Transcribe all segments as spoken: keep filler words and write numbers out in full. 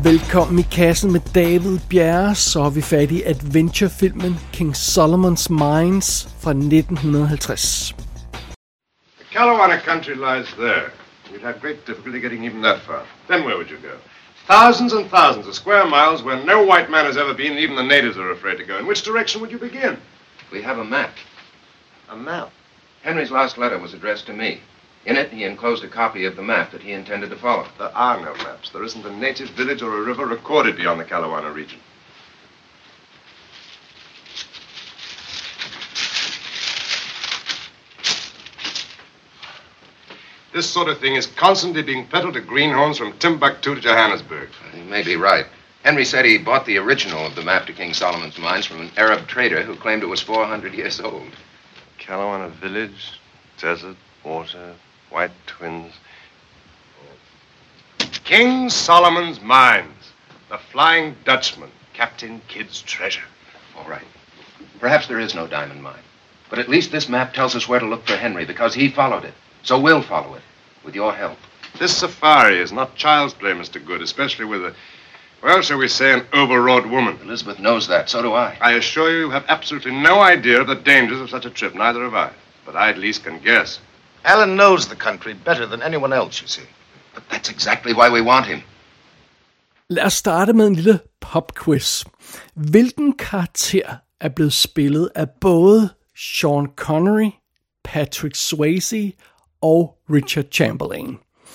Velkommen i kassen med David Bjerre, så er vi fat i adventurefilmen King Solomon's Mines fra nitten halvtreds. The Calawana country lies there. You'd have great difficulty getting even that far. Then where would you go? Thousands and thousands of square miles where no white man has ever been, even the natives are afraid to go. In which direction would you begin? We have a map. A map? Henry's last letter was addressed to me. In it, he enclosed a copy of the map that he intended to follow. There are no maps. There isn't a native village or a river recorded beyond the Calawana region. This sort of thing is constantly being peddled to greenhorns from Timbuktu to Johannesburg. You may be right. Henry said he bought the original of the map to King Solomon's Mines from an Arab trader who claimed it was four hundred years old. Calawana village, desert, water, white twins. King Solomon's Mines. The Flying Dutchman. Captain Kidd's treasure. All right. Perhaps there is no diamond mine. But at least this map tells us where to look for Henry because he followed it. So we'll follow it. With your help. This safari is not child's play, Mister Good. Especially with a, well, shall we say, an overwrought woman. Elizabeth knows that. So do I. I assure you, you have absolutely no idea of the dangers of such a trip. Neither have I. But I at least can guess. Alan knows the country better than anyone else, you see. But that's exactly why we want him. Lad os starte med en lille popquiz. Hvilken karakter er blevet spillet af både Sean Connery, Patrick Swayze og Richard Chamberlain?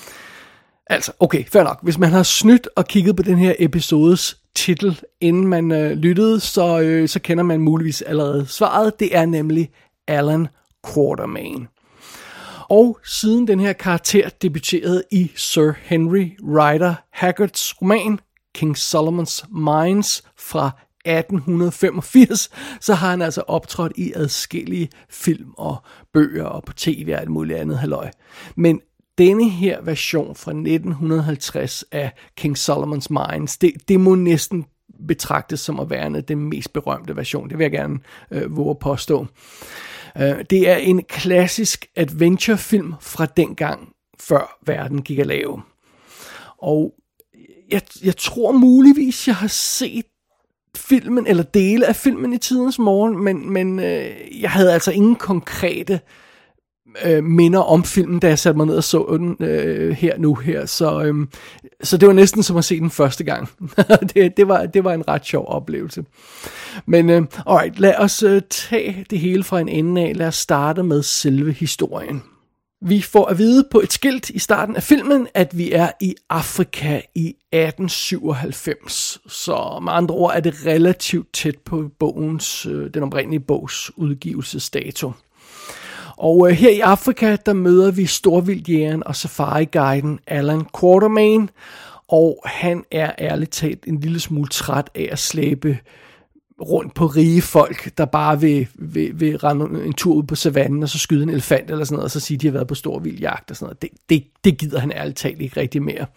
Altså, okay, fair nok. Hvis man har snydt og kigget på den her episodes titel, inden man øh, lyttede, så, øh, så kender man muligvis allerede svaret. Det er nemlig Allan Quatermain. Og siden den her karakter debuterede i Sir Henry Rider Haggards roman King Solomon's Mines fra atten femogfirs, så har han altså optrådt i adskillige film og bøger og på tv og alt muligt andet halløj. Men denne her version fra nitten halvtreds af King Solomon's Mines, det, det må næsten betragtes som at være den mest berømte version. Det vil jeg gerne øh, våge at påstå. Det er en klassisk adventurefilm fra dengang, før verden gik af lave. Og jeg, jeg tror muligvis, jeg har set filmen, eller dele af filmen i tidens morgen, men, men øh, jeg havde altså ingen konkrete øh, minder om filmen, da jeg satte mig ned og så den øh, her nu her. Så, øh, så det var næsten som at se den første gang. det, det, var, det var en ret sjov oplevelse. Men øh, alright, lad os øh, tage det hele fra en ende af. Lad os starte med selve historien. Vi får at vide på et skilt i starten af filmen, at vi er i Afrika i atten syvoghalvfems. Så med andre ord er det relativt tæt på bogens, øh, den oprindelige bogs udgivelsesdato. Og øh, her i Afrika, der møder vi storvildtjægeren og safari-guiden Allan Quatermain, og han er ærligt talt en lille smule træt af at slæbe rundt på rige folk, der bare vil, vil, vil rende en tur ud på savannen, og så skyde en elefant eller sådan noget, og så sige, at de har været på stor vildjagt og sådan noget. Det, det, det gider han ærligt talt ikke rigtig mere.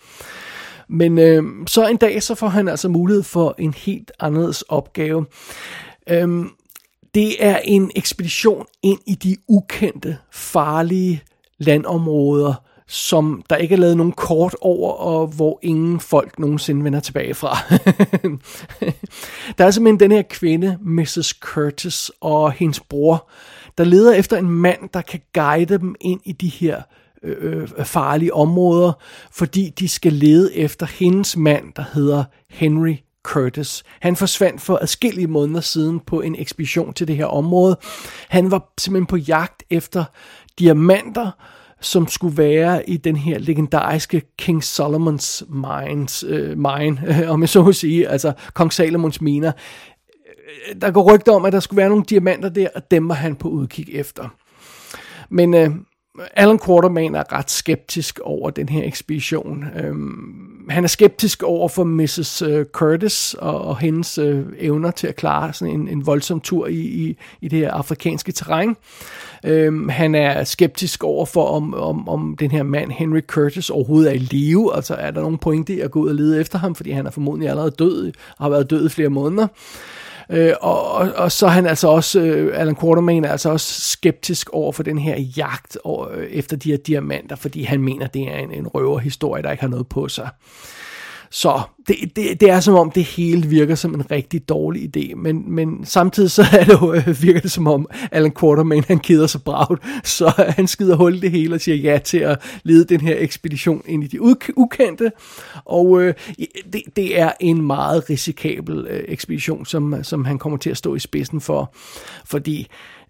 Men øh, så en dag, så får han altså mulighed for en helt anderledes opgave. Øhm, det er en ekspedition ind i de ukendte, farlige landområder, som der ikke er lavet nogen kort over, og hvor ingen folk nogensinde vender tilbage fra. Der er simpelthen den her kvinde, missus Curtis, og hendes bror, der leder efter en mand, der kan guide dem ind i de her øh, farlige områder, fordi de skal lede efter hendes mand, der hedder Henry Curtis. Han forsvandt for adskillige måneder siden på en ekspedition til det her område. Han var simpelthen på jagt efter diamanter, som skulle være i den her legendariske King Solomon's Mines, øh, mine, øh, om jeg så må sige, altså Kong Salomons miner. Der går rygter om, at der skulle være nogle diamanter der, og dem var han på udkig efter. Men øh, Allan Quatermain er ret skeptisk over den her ekspedition. Øhm, han er skeptisk over for missus Curtis og, og hendes øh, evner til at klare sådan en, en voldsom tur i, i, i det her afrikanske terræn. Øhm, han er skeptisk over for, om, om, om den her mand, Henry Curtis, overhovedet er i live. Altså er der nogen pointe i at gå ud og lede efter ham, fordi han er formodentlig allerede død, og har været død i flere måneder. Øh, og, og, og så er han altså også, øh, Allan Quatermain er altså også skeptisk over for den her jagt over, øh, efter de her diamanter, fordi han mener, det er en, en røverhistorie, der ikke har noget på sig. Så det, det, det er som om, det hele virker som en rigtig dårlig idé, men, men samtidig så er det jo, virker det som om, Alan Quartermain, han keder sig bragt, så han skider hul i det hele og siger ja til at lede den her ekspedition ind i de ukendte, og øh, det, det er en meget risikabel øh, ekspedition, som, som han kommer til at stå i spidsen for, fordi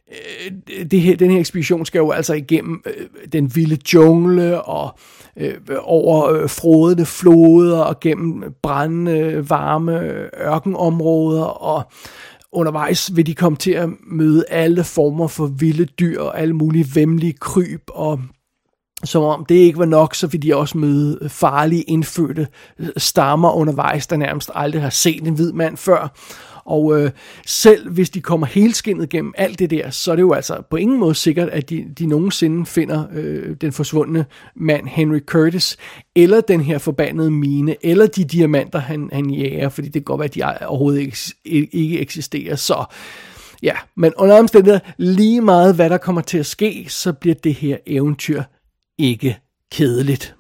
Det her, den her ekspedition skal jo altså igennem øh, den vilde jungle og øh, over øh, frådende floder og gennem brændende, varme ørkenområder, og undervejs vil de komme til at møde alle former for vilde dyr og alle mulige væmmelige kryb, og som om det ikke var nok, så vil de også møde farlige indfødte stammer undervejs, der nærmest aldrig har set en hvid mand før. Og øh, selv hvis de kommer helskindet gennem alt det der, så er det jo altså på ingen måde sikkert, at de, de nogensinde finder øh, den forsvundne mand Henry Curtis, eller den her forbandede mine, eller de diamanter, han, han jager, fordi det kan godt være, at de overhovedet ikke, ikke eksisterer. Så ja, men under omstændigheder, lige meget hvad der kommer til at ske, så bliver det her eventyr ikke kedeligt.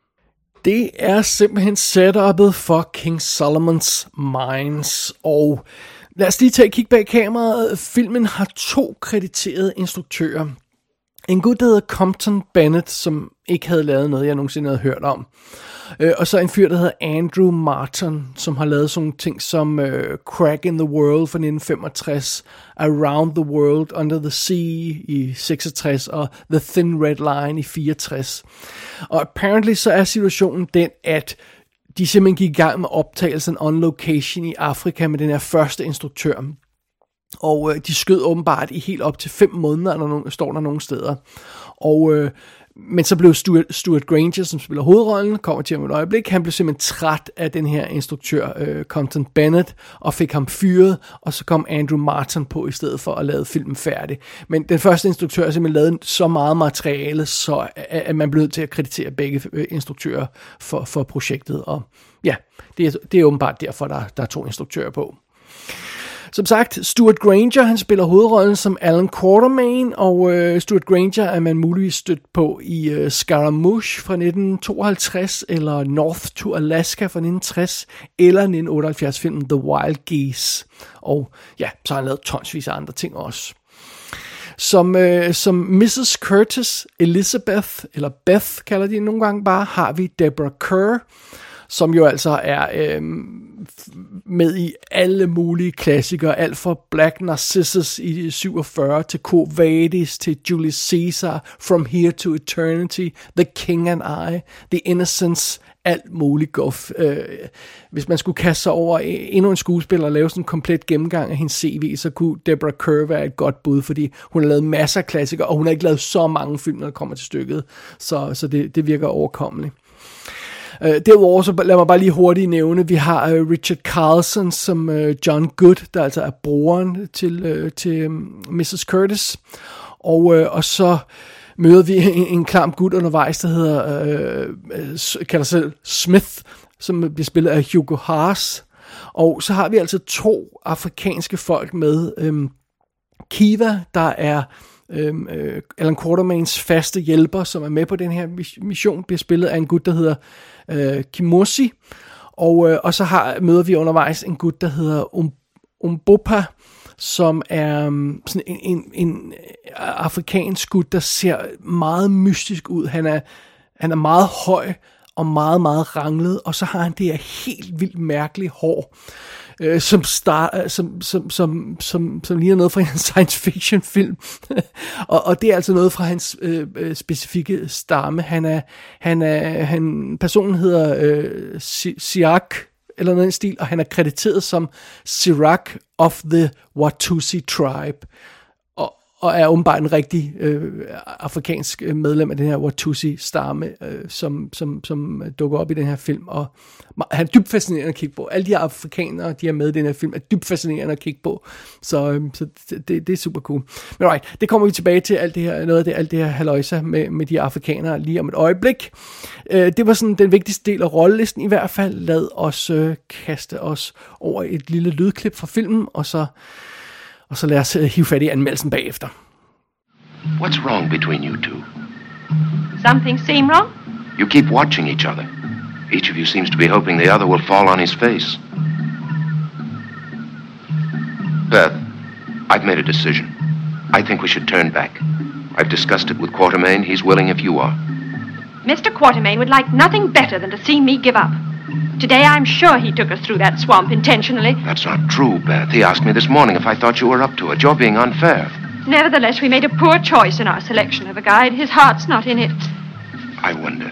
Det er simpelthen setupet for King Solomon's Mines, og lad os lige tage et kig bag kameraet. Filmen har to krediterede instruktører. En gut, der hedder Compton Bennett, som ikke havde lavet noget, jeg nogensinde havde hørt om. Øh, og så en fyr, der hedder Andrew Martin, som har lavet sådan ting som øh, Crack in the World fra nitten femogtres, Around the World, Under the Sea i seksogtres og The Thin Red Line i fireogtres. Og apparently så er situationen den, at de simpelthen gik i gang med optagelsen on location i Afrika med den her første instruktør. Og øh, de skød åbenbart i helt op til fem måneder, når nogen, står der nogle steder. Og, øh, men så blev Stuart, Stuart Granger, som spiller hovedrollen, kommer til om et øjeblik. Han blev simpelthen træt af den her instruktør, øh, Compton Bennett, og fik ham fyret. Og så kom Andrew Martin på i stedet for at lave filmen færdig. Men den første instruktør har simpelthen lavet så meget materiale, så at man blev nødt til at kreditere begge instruktører for, for projektet. Og ja, det er, det er åbenbart derfor, der, der er to instruktører på. Som sagt, Stuart Granger, han spiller hovedrollen som Alan Quartermain, og øh, Stuart Granger er man muligvis stødt på i øh, Scaramouche fra nitten tooghalvtreds, eller North to Alaska fra nitten tres, eller nitten otteoghalvfjerds filmen The Wild Geese. Og ja, så har han lavet tonsvis af andre ting også. Som, øh, som missus Curtis, Elizabeth, eller Beth kalder de nogle gange bare, har vi Deborah Kerr, som jo altså er øh, med i alle mulige klassikere, alt fra Black Narcissus i syvogfyrre, til Quo Vadis, til Julius Caesar, From Here to Eternity, The King and I, The Innocents, alt muligt guf. Øh, hvis man skulle kaste sig over endnu en skuespiller og lave sådan en komplet gennemgang af hendes C V, så kunne Deborah Kerr være et godt bud, fordi hun har lavet masser af klassikere, og hun har ikke lavet så mange film, når det kommer til stykket, så, så det, det virker overkommeligt. Uh, derudover så lad mig bare lige hurtigt nævne, vi har uh, Richard Carlson som uh, John Good, der altså er broren til, uh, til um, missus Curtis, og, uh, og så møder vi en, en klam gut undervejs, der hedder uh, kalder sig Smith, som bliver spillet af Hugo Haas, og så har vi altså to afrikanske folk med, um, Kiva, der er Øhm, øh, Alan Quartermains faste hjælper, som er med på den her mission, bliver spillet af en gut, der hedder øh, Kimosi, og, øh, og så har, møder vi undervejs en gut, der hedder um, Umbopa, som er um, sådan en, en, en afrikansk gut, der ser meget mystisk ud. Han er, han er meget høj og meget, meget ranglet, og så har han det her helt vildt mærkelige hår, Øh, som, star, som, som, som, som, som ligner noget fra en science fiction film. og, og det er altså noget fra hans øh, specifikke stamme. Han er, han er, han, personen hedder øh, Siak, eller noget i stil, og han er krediteret som Sirak of the Watusi Tribe. Og er åbenbart en rigtig øh, afrikansk medlem af den her Watusi-stamme, øh, som, som, som dukker op i den her film. Og han er dybt fascinerende at kigge på. Alle de her afrikanere, de er med i den her film, er dybt fascinerende at kigge på. Så, øh, så det, det er super cool. Men right, det kommer vi tilbage til, alt det her, noget af det, alt det her halløjsa med, med de afrikanere lige om et øjeblik. Øh, det var sådan den vigtigste del af rollelisten i hvert fald. Lad os øh, kaste os over et lille lydklip fra filmen, og så Og så lad os hive fat i anmeldelsen bagefter. What's wrong between you two? Something seem wrong? You keep watching each other. Each of you seems to be hoping the other will fall on his face. Beth, I've made a decision. I think we should turn back. I've discussed it with Quatermain. He's willing if you are. Mister Quatermain would like nothing better than to see me give up. Today, I'm sure he took us through that swamp intentionally. That's not true, Beth. He asked me this morning if I thought you were up to it. You're being unfair. Nevertheless, we made a poor choice in our selection of a guide. His heart's not in it. I wonder.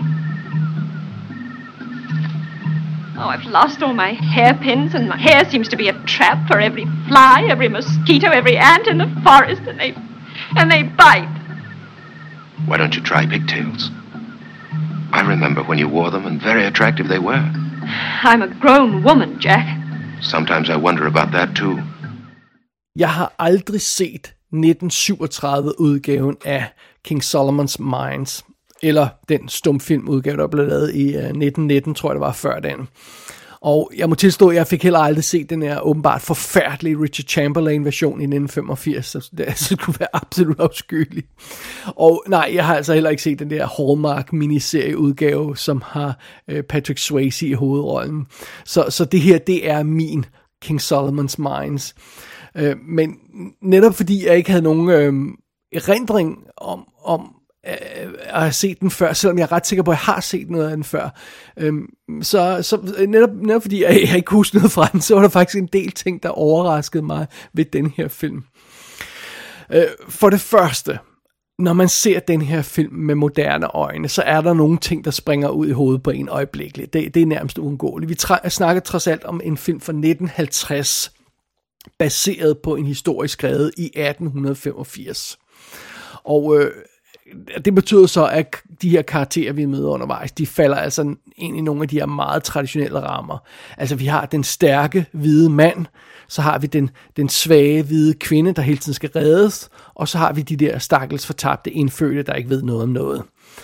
Oh, I've lost all my hairpins, and my hair seems to be a trap for every fly, every mosquito, every ant in the forest, and they... and they bite. Why don't you try pigtails? I remember when you wore them, and very attractive they were. I'm a grown woman, Jack. Sometimes I wonder about that, too. Jeg har aldrig set nitten syvogtredive-udgaven af King Solomon's Mines, eller den stumfilmudgave, der blev lavet i uh, nitten nitten, tror jeg det var før den. Og jeg må tilstå, at jeg fik heller aldrig set den her åbenbart forfærdelige Richard Chamberlain-version i nitten femogfirs, så det altså kunne være absolut afskyeligt. Og nej, jeg har altså heller ikke set den der Hallmark-miniserieudgave, som har øh, Patrick Swayze i hovedrollen. Så, så det her, det er min King Solomon's Mines. Øh, men netop fordi jeg ikke havde nogen øh, erindring om... om jeg har set den før, selvom jeg er ret sikker på, at jeg har set noget af den før. Øhm, så så netop, netop fordi jeg, jeg ikke husker noget fra den, så var der faktisk en del ting, der overraskede mig ved den her film. Øh, for det første, når man ser den her film med moderne øjne, så er der nogle ting, der springer ud i hovedet på en øjeblikkeligt. Det, det er nærmest uundgåeligt. Vi tra- snakker trods alt om en film fra nitten halvtreds, baseret på en historie skrevet i atten femogfirs. Og øh, det betyder så, at de her karakterer, vi møder undervejs, de falder altså ind i nogle af de her meget traditionelle rammer. Altså, vi har den stærke, hvide mand, så har vi den, den svage, hvide kvinde, der hele tiden skal reddes, og så har vi de der stakkels fortabte indfødte, der ikke ved noget om noget.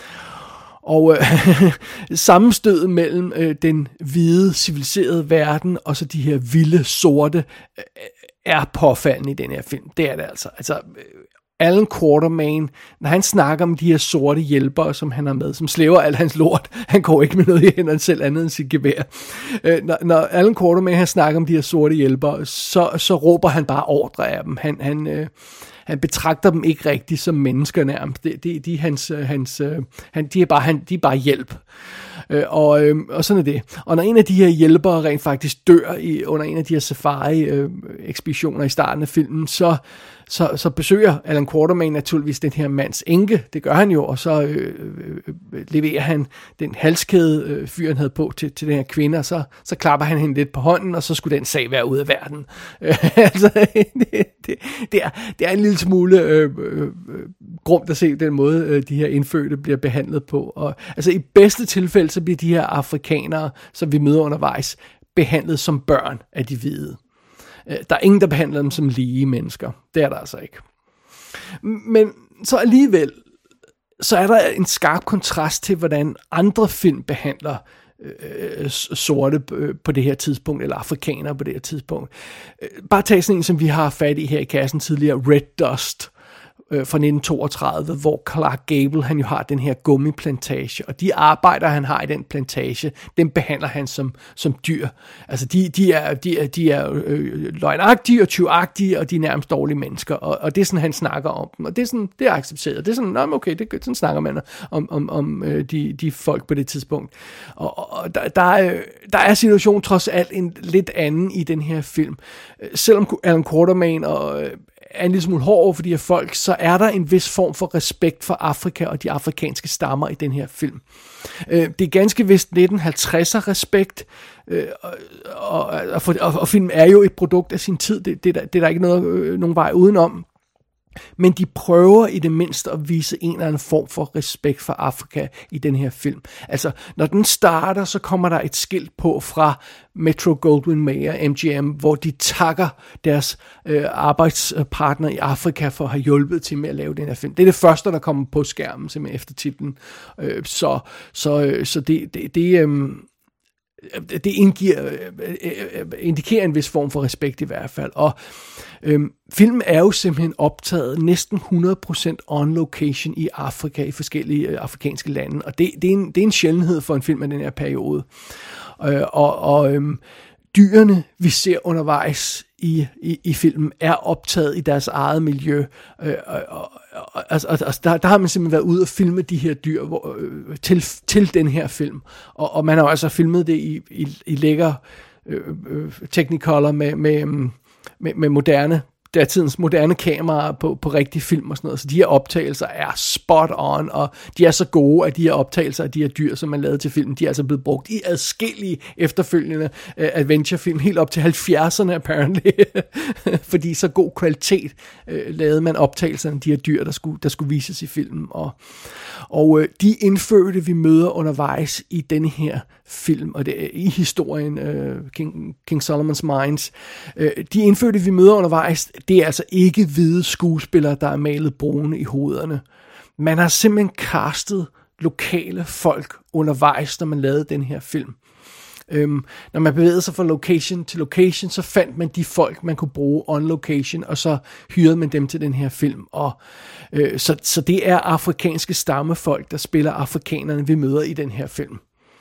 Og øh, sammenstødet mellem øh, den hvide, civiliserede verden, og så de her vilde, sorte, øh, er påfaldende i den her film. Det er det altså. Altså... Øh, Alan Quatermain, når han snakker om de her sorte hjælpere, som han har med, som slæver alt hans lort, han går ikke med noget i hænderne selv andet end sit gevær. Øh, når, når Alan Quatermain, han snakker om de her sorte hjælpere, så, så råber han bare ordre af dem. Han, han, øh, han betragter dem ikke rigtigt som mennesker nærmest. De, de, de, hans, hans, øh, han, de, er bare, han, de er bare hjælp. Øh, og, øh, og sådan er det. Og når en af de her hjælpere rent faktisk dør i, under en af de her safari-ekspeditioner øh, i starten af filmen, så Så, så besøger Alan Quatermain naturligvis den her mands enke, det gør han jo, og så øh, øh, leverer han den halskæde, øh, fyren havde på til, til den her kvinde, og så, så klapper han hende lidt på hånden, og så skulle den sag være ude af verden. Øh, altså, det, det, det, er, det er en lille smule øh, øh, grumt at se den måde, øh, de her indfødte bliver behandlet på. Og, altså i bedste tilfælde, så bliver de her afrikanere, som vi møder undervejs, behandlet som børn af de hvide. Der er ingen, der behandler dem som lige mennesker. Det er der altså ikke. Men så alligevel, så er der en skarp kontrast til, hvordan andre film behandler øh, sorte på det her tidspunkt, eller afrikanere på det her tidspunkt. Bare tag sådan en, som vi har fat i her i kassen tidligere, Red Dust, fra nitten toogtredive, hvor Clark Gable, han jo har den her gummiplantage, og de arbejder, han har i den plantage, dem behandler han som, som dyr. Altså, de, de er, de er, de er øh, løgnagtige og tyvagtige, og de er nærmest dårlige mennesker, og, og det er sådan, han snakker om dem, og det er sådan, det er accepteret. Det er sådan, nej, okay, det, sådan snakker man om, om, om øh, de, de folk på det tidspunkt. Og, og der, der, er, der er situationen trods alt en lidt anden i den her film. Selvom Alan Quatermain og øh, er en lille smule hård over for de her folk, så er der en vis form for respekt for Afrika og de afrikanske stammer i den her film. Det er ganske vist nitten halvtredser respekt, og, og, og, og filmen er jo et produkt af sin tid, det, det, det er der ikke noget, nogen vej udenom. Men de prøver i det mindste at vise en eller anden form for respekt for Afrika i den her film. Altså, når den starter, så kommer der et skilt på fra Metro-Goldwyn-Mayer, M G M, hvor de takker deres øh, arbejdspartner i Afrika for at have hjulpet til med at lave den her film. Det er det første, der kommer på skærmen, simpelthen efter titlen. Øh, så så, øh, så det, det, det, øh, det indgiver, indikerer en vis form for respekt i hvert fald. Og øhm, filmen er jo simpelthen optaget næsten hundrede procent on location i Afrika, i forskellige øh, afrikanske lande. Og det, det, er en, det er en sjældenhed for en film af den her periode. Øh, og og øhm, dyrene, vi ser undervejs i, i, i filmen, er optaget i deres eget miljø. Øh, og, og, og, altså, altså, der, der har man simpelthen været ude og filme de her dyr hvor, øh, til, til den her film. Og, og man har også filmet det i, i, i lækker øh, øh, Technicolor med, med, med, med moderne datidens moderne kameraer på, på rigtig film og sådan noget. Så de her optagelser er spot on, og de er så gode, at de her optagelser af de her dyr, som man lavede til filmen, de er altså blevet brugt i adskillige efterfølgende uh, adventurefilm, helt op til halvfjerdserne apparently, fordi så god kvalitet uh, lavede man optagelserne af de her dyr, der skulle, der skulle vises i filmen. Og, og uh, de indfødte, vi møder undervejs i denne her film, og det er i historien uh, King, King Solomon's Mines, uh, de indfødte, vi møder undervejs, det er altså ikke hvide skuespillere, der er malet brune i hovederne. Man har simpelthen castet lokale folk undervejs, når man lavede den her film. Øhm, når man bevægede sig fra location til location, så fandt man de folk, man kunne bruge on location, og så hyrede man dem til den her film. Og, øh, så, så det er afrikanske stammefolk, der spiller afrikanerne, vi møder i den her film.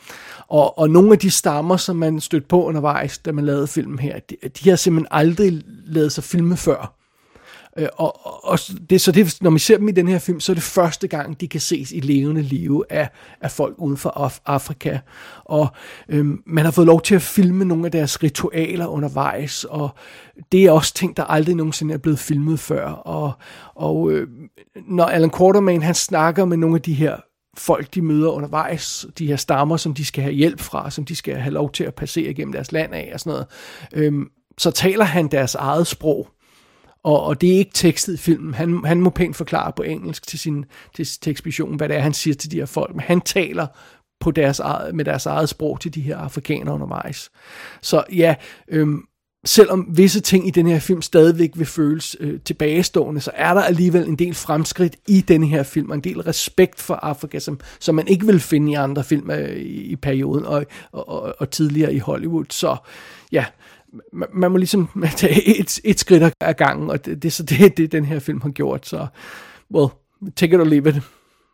Og, og nogle af de stammer, som man stødte på undervejs, da man lavede filmen her, de, de har simpelthen aldrig lavet sig filme før. Øh, og, og det, så det, når man ser dem i den her film, så er det første gang, de kan ses i levende live af, af folk uden for Af- Afrika. Og øhm, man har fået lov til at filme nogle af deres ritualer undervejs, og det er også ting, der aldrig nogensinde er blevet filmet før. Og, og øh, når Alan Quartermain, han snakker med nogle af de her folk, de møder undervejs, de her stammer, som de skal have hjælp fra, som de skal have lov til at passere igennem deres land af og sådan noget, øhm, så taler han deres eget sprog. Og, og det er ikke tekstet i filmen. Han, han må pænt forklare på engelsk til sin til, til ekspedition, hvad det er, han siger til de her folk. Men han taler på deres eget, med deres eget sprog til de her afrikanere undervejs. Så ja, øhm, selvom visse ting i den her film stadigvæk vil føles øh, tilbagestående, så er der alligevel en del fremskridt i den her film, og en del respekt for Afrika, som, som man ikke vil finde i andre film øh, i, i perioden, og, og, og, og tidligere i Hollywood. Så ja, man, man må ligesom tage et, et skridt ad gangen, og det, det er så det, det, den her film har gjort. Så, well, take it or leave it.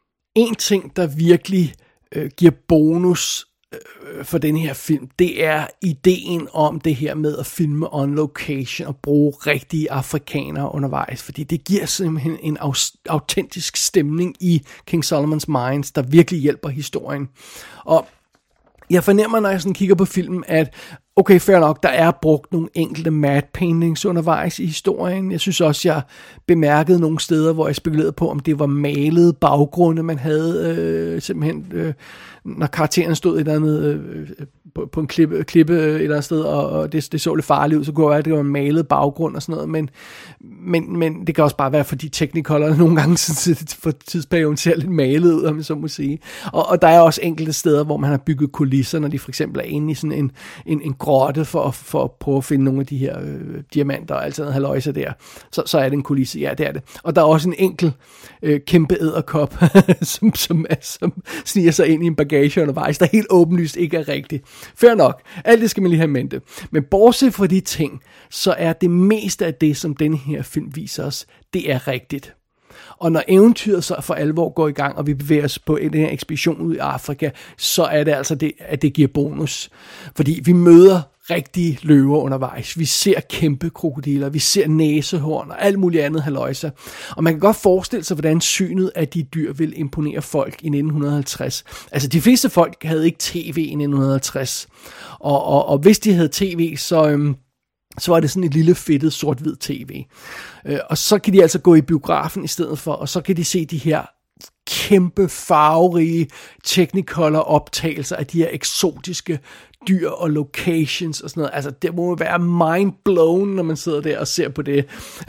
En ting, der virkelig øh, giver bonus for den her film, det er ideen om det her med at filme on location og bruge rigtige afrikanere undervejs, fordi det giver simpelthen en autentisk stemning i King Solomon's Mines, der virkelig hjælper historien. Og jeg fornemmer, når jeg sådan kigger på filmen, at okay, fair nok, der er brugt nogle enkelte matte paintings undervejs i historien. Jeg synes også, jeg bemærkede nogle steder, hvor jeg spekulerede på, om det var malede baggrunde, man havde øh, simpelthen, øh, når karakteren stod et eller andet øh, på, på en klippe, klippe et eller andet sted, og, og det, det så lidt farligt ud, så kunne det være, at det var en malet baggrund og sådan noget, men, men, men det kan også bare være, fordi Technicolor nogle gange for tidsperioden ser lidt malet ud, om jeg så må sige. Og, og der er også enkelte steder, hvor man har bygget kulisser, når de for eksempel er inde i sådan en, en, en grotte for, for at prøve at finde nogle af de her øh, diamanter og alt sådan noget halløjse der, så, så er det en kulisse, ja, det er det. Og der er også en enkel øh, kæmpe edderkop, som, som, som sniger sig ind i en bagage undervejs, der helt åbenlyst ikke er rigtigt. Fair nok, alt det skal man lige have i mente. Men bortset fra de ting, så er det meste af det, som denne her film viser os, det er rigtigt. Og når eventyret så for alvor går i gang, og vi bevæger os på den her ekspedition ud i Afrika, så er det altså det, at det giver bonus. Fordi vi møder rigtige løver undervejs. Vi ser kæmpe krokodiller, vi ser næsehorn og alt muligt andet halløjse. Og man kan godt forestille sig, hvordan synet af de dyr vil imponere folk i nitten halvtreds. Altså de fleste folk havde ikke tv i nitten halvtreds. Og, og, og hvis de havde tv, så... Øhm, så var det sådan et lille fedtet sort-hvid tv. Øh, og så kan de altså gå i biografen i stedet for, og så kan de se de her kæmpe, farverige Technicolor optagelser af de her eksotiske dyr og locations og sådan noget. Altså, det må være mind-blown, når man sidder der og ser på det.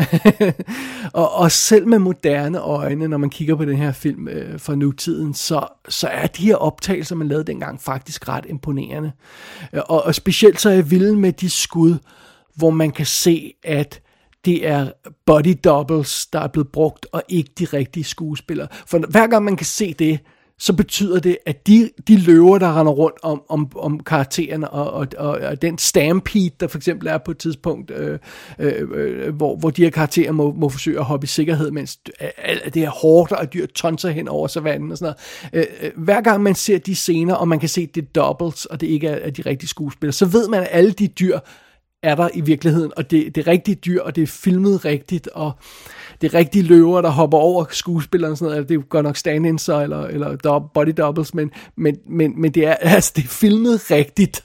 og, og selv med moderne øjne, når man kigger på den her film øh, fra nutiden, så, så er de her optagelser, man lavede dengang, faktisk ret imponerende. Og, og specielt så er jeg vild med de skud, hvor man kan se, at det er body doubles, der er blevet brugt, og ikke de rigtige skuespillere. For hver gang man kan se det, så betyder det, at de, de løver, der render rundt om, om, om karaktererne, og, og, og, og den stampede, der for eksempel er på et tidspunkt, øh, øh, hvor, hvor de her karakterer må, må forsøge at hoppe i sikkerhed, mens alt det her hårdt og dyr tonser hen over savannen og sådan noget. Øh, hver gang man ser de scener, og man kan se, at det er doubles, og det ikke er, er de rigtige skuespillere, så ved man, at alle de dyr er der i virkeligheden, og det, det er rigtige dyr, og det er filmet rigtigt, og det er rigtige løver, der hopper over skuespillerne og sådan noget. Det er jo godt nok stand-ins eller, eller body doubles, men, men, men, men det, er, altså, det er filmet rigtigt.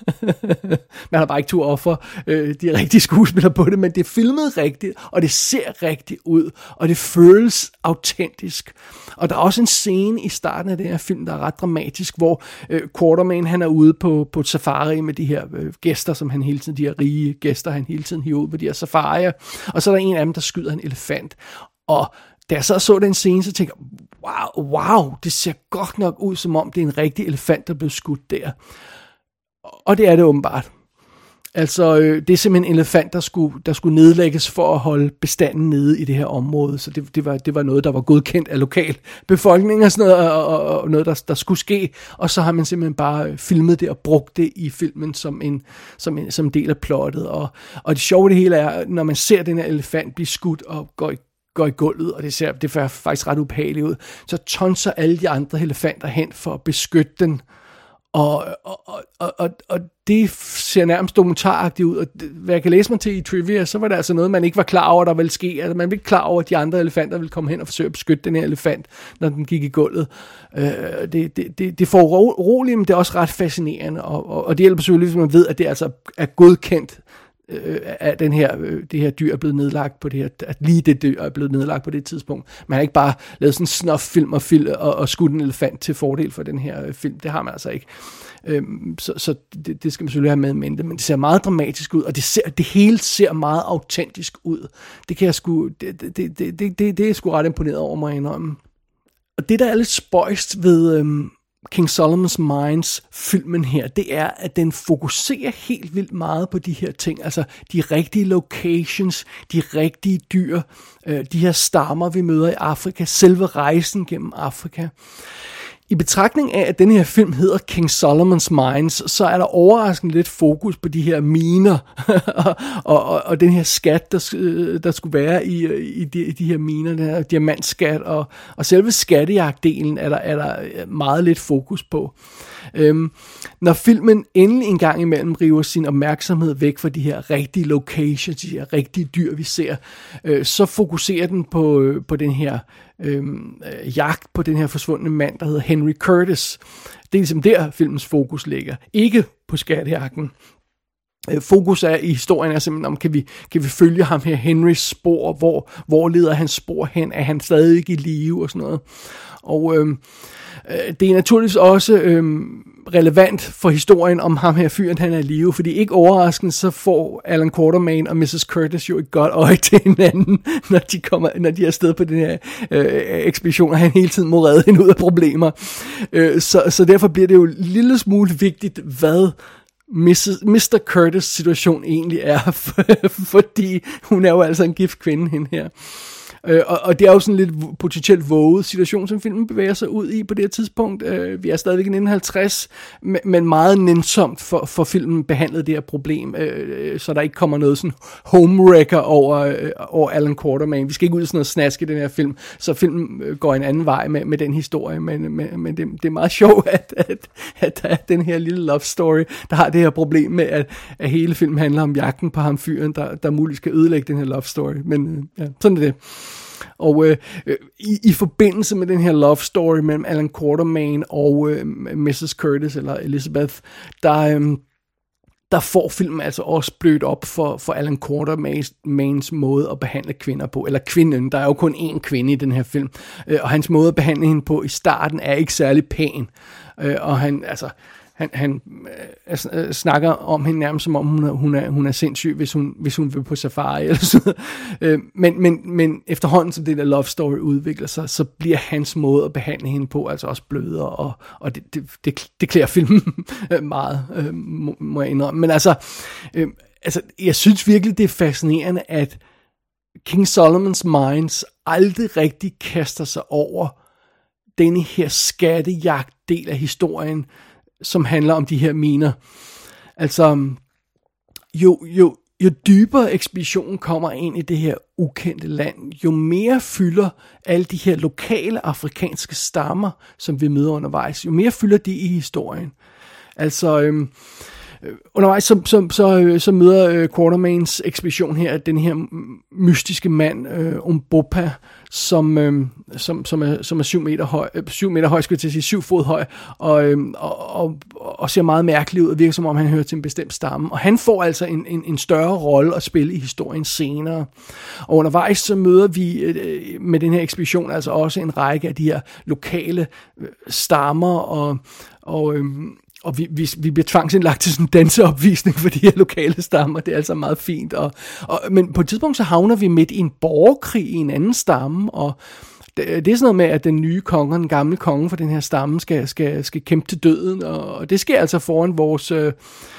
Man har bare ikke to offer øh, de rigtige skuespillere på det, men det er filmet rigtigt, og det ser rigtigt ud, og det føles autentisk. Og der er også en scene i starten af den her film, der er ret dramatisk, hvor øh, Quartermain, han er ude på, på et safari med de her øh, gæster, som han hele tiden, de her rige gæster, han hele tiden hiver ud på de her safarier, og så er der en af dem, der skyder en elefant. Og da jeg så så den scene, så tænkte jeg, wow, wow, det ser godt nok ud, som om det er en rigtig elefant, der blev skudt der. Og det er det åbenbart. Altså, øh, det er simpelthen en elefant, der skulle, der skulle nedlægges for at holde bestanden nede i det her område. Så det, det, var, det var noget, der var godkendt af lokal befolkning og sådan noget, og, og, og noget, der, der skulle ske. Og så har man simpelthen bare filmet det og brugt det i filmen som en, som en, som en del af plottet. Og, og det sjove det hele er, når man ser den her elefant blive skudt og går i går i gulvet, og det ser det ser faktisk ret ubehageligt ud, så tonser alle de andre elefanter hen for at beskytte den. Og, og, og, og, og det ser nærmest dokumentaragtigt ud, og det, hvad jeg kan læse mig til i trivia, så var det altså noget, man ikke var klar over, der ville ske. Altså, man var ikke klar over, at de andre elefanter ville komme hen og forsøge at beskytte den her elefant, når den gik i gulvet. Øh, det, det, det, det får roligt, men det er også ret fascinerende, og, og, og det hjælper selvfølgelig, hvis man ved, at det altså er godkendt, at den her, det her dyr er blevet nedlagt på det her, at lige det dyr er blevet nedlagt på det tidspunkt. Man har ikke bare lavet sådan en snuff-film og, film og, og skudt en elefant til fordel for den her film. Det har man altså ikke. Øhm, så så det, det skal man selvfølgelig have med i mente. Men det ser meget dramatisk ud, og det, ser, det hele ser meget autentisk ud. Det kan jeg sgu, det, det, det, det, det, det er jeg sgu ret imponeret over mig indrømme. Og det, der er lidt spøjst ved øhm, King Solomon's Mines filmen her, det er, at den fokuserer helt vildt meget på de her ting, altså de rigtige locations, de rigtige dyr, øh, de her stammer, vi møder i Afrika, selve rejsen gennem Afrika. I betragtning af, at den her film hedder King Solomon's Mines, så er der overraskende lidt fokus på de her miner, og, og, og, og den her skat, der, der skulle være i, i, de, i de her miner, den her diamantskat, og, og selve skattejagtdelen er der, er der meget lidt fokus på. Øhm, når filmen endelig en gang imellem river sin opmærksomhed væk fra de her rigtige locations, de her rigtige dyr, vi ser, øh, så fokuserer den på, øh, på den her Øhm, øh, jagt på den her forsvundne mand, der hedder Henry Curtis. Det er ligesom der filmens fokus ligger. Ikke på skattejagten. Øh, fokus er i historien er simpelthen om, kan vi, kan vi følge ham her, Henrys spor, hvor, hvor leder hans spor hen, er han stadig i live og sådan noget. Og øhm, øh, det er naturligvis også øhm, relevant for historien om ham her fyren, han er i live, fordi ikke overraskende, så får Alan Quartermain og missus Curtis jo et godt øje til hinanden, når de, kommer, når de er afsted på den her øh, ekspedition, og han hele tiden må redde hende ud af problemer. Øh, så, så derfor bliver det jo en lille smule vigtigt, hvad mister Curtis' situation egentlig er, fordi hun er jo altså en gift kvinde, hende her. Øh, og, og det er jo sådan en lidt potentielt våget situation, som filmen bevæger sig ud i på det her tidspunkt. Øh, vi er stadigvæk i nitten halvtreds, men meget nænsomt for, for filmen behandlet det her problem, øh, så der ikke kommer noget sådan homewrecker over, øh, over Alan Quartermain. Vi skal ikke ud i sådan noget snask i den her film, så filmen går en anden vej med, med den historie, men, men, men det, det er meget sjovt, at, at, at der er den her lille love story, der har det her problem med, at, at hele filmen handler om jagten på ham fyren, der, der muligt skal ødelægge den her love story. Men øh, ja, sådan er det. Og øh, i, i forbindelse med den her love story mellem Alan Quartermain og øh, missus Curtis, eller Elizabeth, der, øh, der får filmen altså også blødt op for, for Alan Quartermains måde at behandle kvinder på, eller kvinden, der er jo kun én kvinde i den her film, øh, og hans måde at behandle hende på i starten er ikke særlig pæn, øh, og han, altså, Han, han øh, snakker om hende nærmest som om hun er, hun er, hun er sindssyg, hvis hun, hvis hun vil på safari eller sådan øh, men, men, men efterhånden som det der love story udvikler sig, så bliver hans måde at behandle hende på altså også blødere, og, og det, det, det, det klæder filmen meget, øh, må, må jeg indrømme. Men altså, øh, altså, jeg synes virkelig, det er fascinerende, at King Solomon's Mines aldrig rigtig kaster sig over denne her skattejagt-del af historien, som handler om de her miner. Altså, jo, jo, jo dybere ekspeditionen kommer ind i det her ukendte land, jo mere fylder alle de her lokale afrikanske stammer, som vi møder undervejs, jo mere fylder de i historien. Altså, øhm, undervejs så, så, så, så møder øh, Quatermains ekspedition her den her mystiske mand, øh, Umbopa, som, øh, som, som, er, som er syv meter høj, øh, syv meter høj, skal jeg til at sige, syv fod høj, og, øh, og, og, og ser meget mærkelig ud, og virker som om han hører til en bestemt stamme. Og han får altså en, en, en større rolle at spille i historien senere. Og undervejs så møder vi øh, med den her ekspedition altså også en række af de her lokale øh, stammer, og, og øh, Og vi, vi, vi bliver tvangsindlagt til sådan en danseopvisning for de her lokale stammer. Det er altså meget fint. Og, og, men på et tidspunkt så havner vi midt i en borgerkrig i en anden stamme. Og det, det er sådan noget med, at den nye konge, den gamle konge for den her stamme, skal, skal, skal kæmpe til døden. Og det sker altså foran vores... Øh,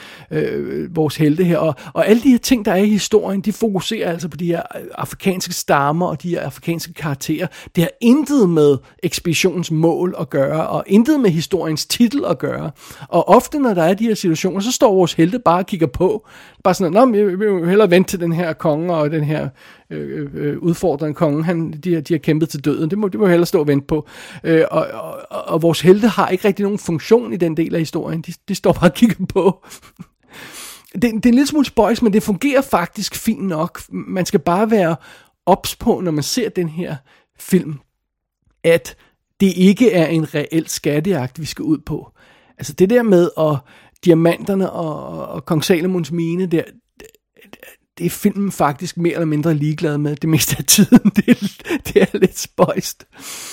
Øh, vores helte her, og, og alle de her ting, der er i historien, de fokuserer altså på de her afrikanske stammer og de her afrikanske karakterer. Det har intet med ekspeditionens mål at gøre, og intet med historiens titel at gøre. Og ofte, når der er de her situationer, så står vores helte bare og kigger på. Bare sådan, nå, vi vil jo hellere vente til den her konge og den her øh, øh, udfordrende konge, han, de, de har kæmpet til døden. Det må de må hellere stå og vente på. Øh, og, og, og vores helte har ikke rigtig nogen funktion i den del af historien. De, de står bare og kigger på. Det, det er en lille smule spøjs, men det fungerer faktisk fint nok. Man skal bare være ops på, når man ser den her film, at det ikke er en reel skattejagt, vi skal ud på. Altså det der med at diamanterne og, og Kong Salomons mine, der, det, det er filmen faktisk mere eller mindre ligeglad med det meste af tiden. Det, det er lidt spøjst.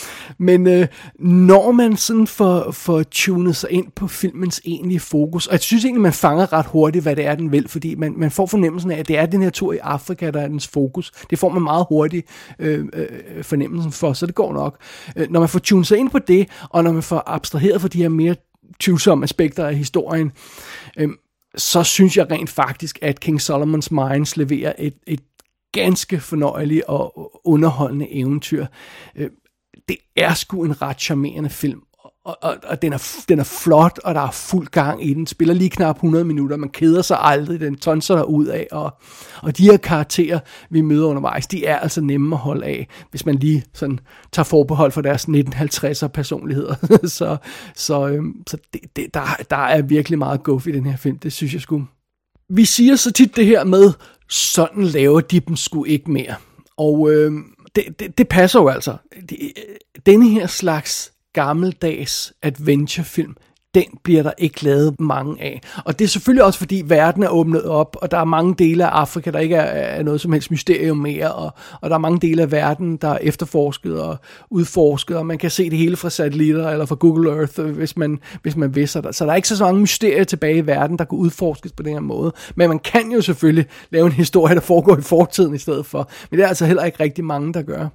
Men øh, når man sådan får, får tunet sig ind på filmens egentlige fokus, og jeg synes egentlig, man fanger ret hurtigt, hvad det er, den vil, fordi man, man får fornemmelsen af, at det er den her tur i Afrika, der er dens fokus. Det får man meget hurtigt øh, øh, fornemmelsen for, så det går nok. Øh, når man får tunet sig ind på det, og når man får abstraheret for de her mere tvivlsomme aspekter af historien, øh, så synes jeg rent faktisk, at King Solomon's Mines leverer et, et ganske fornøjeligt og underholdende eventyr. Øh, Det er sgu en ret charmerende film, og, og, og den, er, den er flot, og der er fuld gang i den. Spiller lige knap hundrede minutter, man keder sig aldrig, den tonser der ud af, og, og de her karakterer, vi møder undervejs, de er altså nemme at holde af, hvis man lige sådan tager forbehold for deres nitten halvtredser personligheder. så så, øhm, så det, det, der, der er virkelig meget guf i den her film, det synes jeg sgu. Vi siger så tit det her med, sådan laver de dem sgu ikke mere. Og øhm, Det, det, det passer jo altså. Det, denne her slags gammeldags adventurefilm, den bliver der ikke lavet mange af. Og det er selvfølgelig også fordi verden er åbnet op, og der er mange dele af Afrika, der ikke er, er noget som helst mysterium mere, og, og der er mange dele af verden, der er efterforsket og udforsket, og man kan se det hele fra satellitter eller fra Google Earth, hvis man, hvis man vil. Så der, så der er ikke så mange mysterier tilbage i verden, der kan udforskes på den her måde. Men man kan jo selvfølgelig lave en historie, der foregår i fortiden i stedet for. Men det er altså heller ikke rigtig mange, der gør.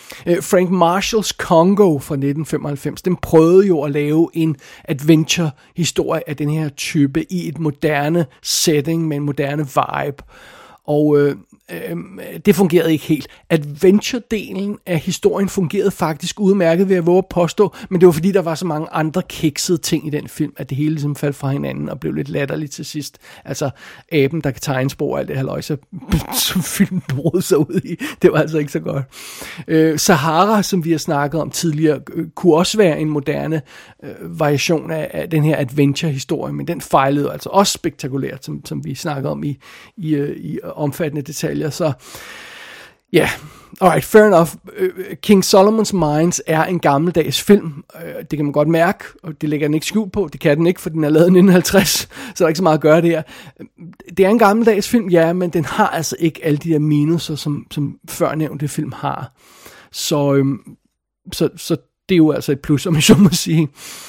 Frank Marshalls Congo fra nitten femoghalvfems, den prøvede jo at lave en adventure-historie af den her type i et moderne setting med en moderne vibe. Og øh, øh, det fungerede ikke helt. Adventure-delen af historien fungerede faktisk udmærket, ved at våge at påstå, men det var fordi, der var så mange andre kiksede ting i den film, at det hele ligesom faldt fra hinanden og blev lidt latterligt til sidst. Altså, aben, der kan tegnespor og alt det her løg, så som filmen brød sig ud i. Det var altså ikke så godt. Øh, Sahara, som vi har snakket om tidligere, øh, kunne også være en moderne øh, variation af, af den her adventure-historie, men den fejlede altså også spektakulært, som, som vi snakkede om i, i, i omfattende detaljer. Så ja, yeah. Alright, fair enough. King Solomon's Mines er en gammeldags film. Det kan man godt mærke, og det lægger den ikke skjult på. Det kan den ikke, for den er lavet i nitten halvtreds, så der er ikke så meget at gøre det her. Det er en gammeldags film, ja, men den har altså ikke alle de der minuser, som, som førnævnte film har. Så, øhm, så, så det er jo altså et plus, om jeg så må sige.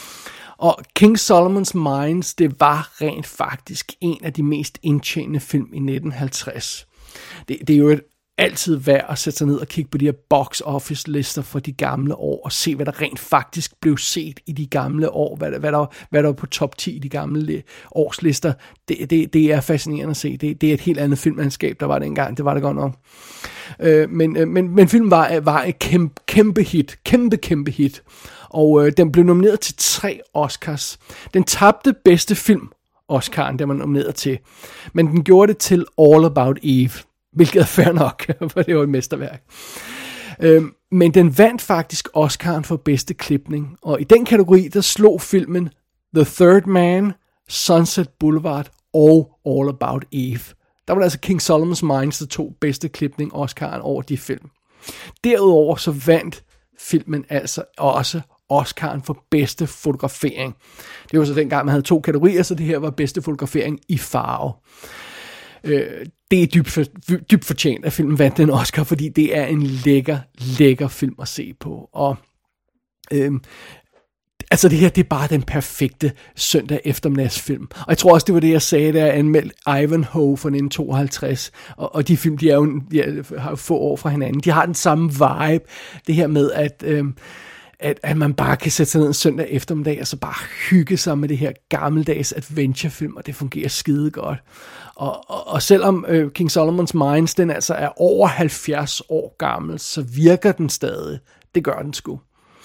Og King Solomon's Mines, det var rent faktisk en af de mest indtjenende film i nitten halvtreds. Det, det er jo et altid værd at sætte sig ned og kigge på de her box office lister for de gamle år, og se, hvad der rent faktisk blev set i de gamle år, hvad der, hvad der, hvad der var på top ti i de gamle årslister. Det, det, det er fascinerende at se. Det, det er et helt andet filmlandskab, der var det engang. Det var det godt nok. Øh, men, men, men filmen var, var et kæmpe, kæmpe hit. Kæmpe, kæmpe hit. Og øh, den blev nomineret til tre Oscars. Den tabte bedste film Oscar'en, der var nomineret til. Men den gjorde det til All About Eve, hvilket er fair nok, for det var et mesterværk. Øhm, men den vandt faktisk Oscar'en for bedste klipning, og i den kategori, der slog filmen The Third Man, Sunset Boulevard og All About Eve. Der var det altså King Solomon's Mines, der tog bedste klipning Oscar'en over de film. Derudover så vandt filmen altså også Oscar'en for bedste fotografering. Det var så dengang, man havde to kategorier, så det her var bedste fotografering i farve. Øh, det er dybt, for, dybt fortjent, at filmen vandt den Oscar, fordi det er en lækker, lækker film at se på. Og øh, altså det her, det er bare den perfekte søndag eftermiddagsfilm. Og jeg tror også, det var det, jeg sagde, da jeg anmeldte Ivanhoe fra nitten tooghalvtreds. Og, og de film, de, er jo, de er, har jo få år fra hinanden. De har den samme vibe. Det her med, at... Øh, At, at man bare kan sætte sig ned en søndag eftermiddag, og så bare hygge sig med det her gammeldags adventurefilm, og det fungerer skide godt. Og, og, og selvom øh, King Solomon's Mines, den altså er over halvfjerds år gammel, så virker den stadig. Det gør den sgu.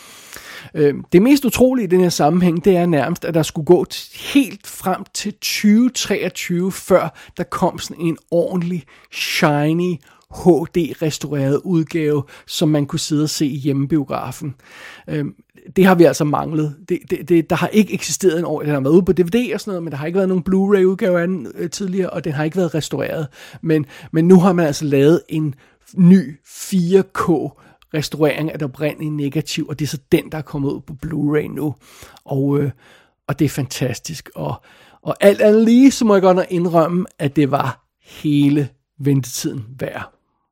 Øh, det mest utrolige i den her sammenhæng, det er nærmest, at der skulle gå t- helt frem til tyve treogtyve, før der kom sådan en ordentlig, shiny, H D-restaureret udgave, som man kunne sidde og se i hjemmebiografen. Øhm, det har vi altså manglet. Det, det, det, der har ikke eksisteret en år. Den har været ude på D V D og sådan noget, men der har ikke været nogen Blu-ray-udgave af den øh, tidligere, og den har ikke været restaureret. Men, men nu har man altså lavet en ny fire K-restaurering af det oprindelige negativ, og det er så den, der er kommet ud på Blu-ray nu. Og, øh, og det er fantastisk. Og, og alt andet lige, så må jeg godt nok indrømme, at det var hele ventetiden værd.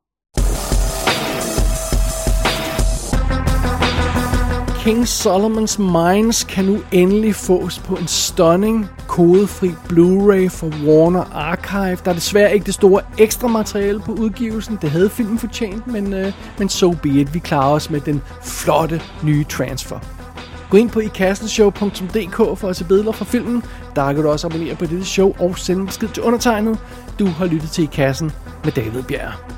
King Solomon's Mines kan nu endelig fås på en stunning, kodefri Blu-ray fra Warner Archive. Der er desværre ikke det store ekstra materiale på udgivelsen. Det havde filmen fortjent, men, øh, men so be it. Vi klarer os med den flotte nye transfer. Gå ind på i kassen show punktum d k for at se billeder fra filmen. Der kan du også abonnere på dette show og sende besked til undertegnet. Du har lyttet til I Kassen med David Bjerg.